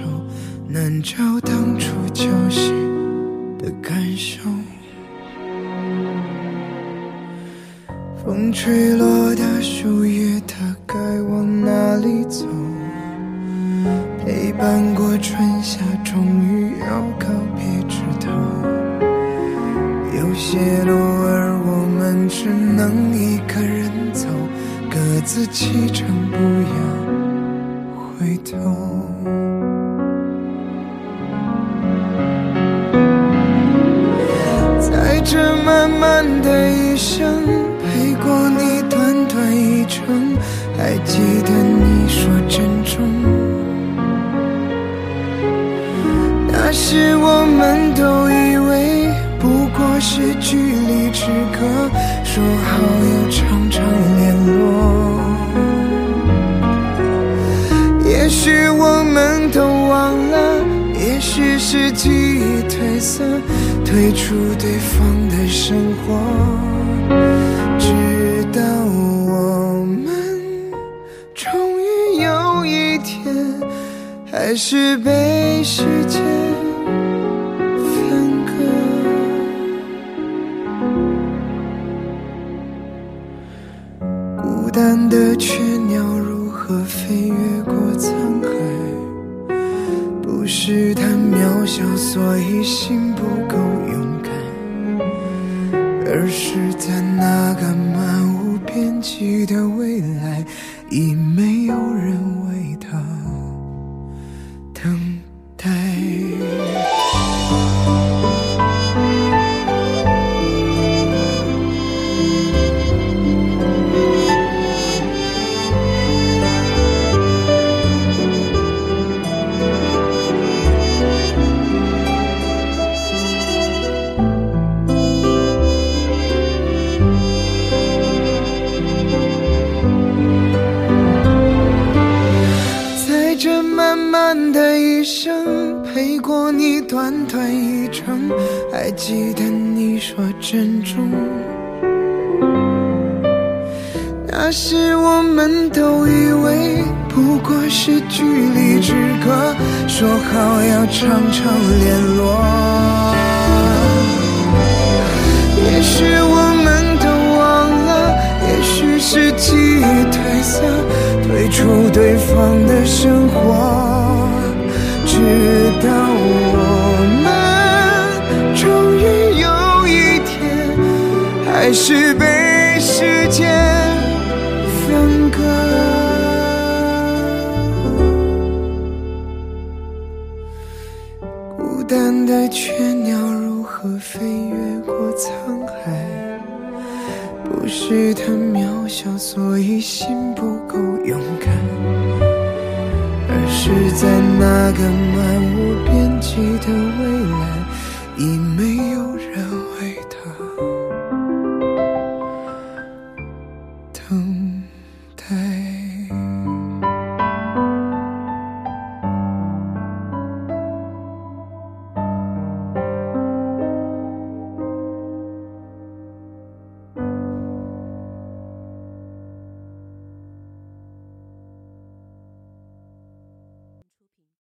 手，难找当初交心的感受。风吹落的树叶，它该往哪里走？陪伴过春夏，终于要告别枝头。有些路儿我们只能一个人走，各自启程，不要回头。在这漫漫的一生，陪过你短短一程，还记得你说珍重。那时我们都以为不过是距离之隔，说好要常常联络。也许我们都忘了，也许是记忆褪色，退出对方的生活，直到我们终于有一天，还是被时间分割。孤单的雀鸟如何飞越过沧海？不是太渺小，所以心不够勇敢，而是在那个漫无边际的未来，已没有人为它等待。漫漫的一生，陪过你短短一程，还记得你说珍重。那时我们都以为不过是距离之隔，说好要常常联络。也许我们都忘了，也许是记忆褪色，退出对方的生活，直到我们终于有一天，还是被时间分割。孤单的雀鸟如何飞越过沧海？不是太渺小，所以心不够勇敢，而是在那个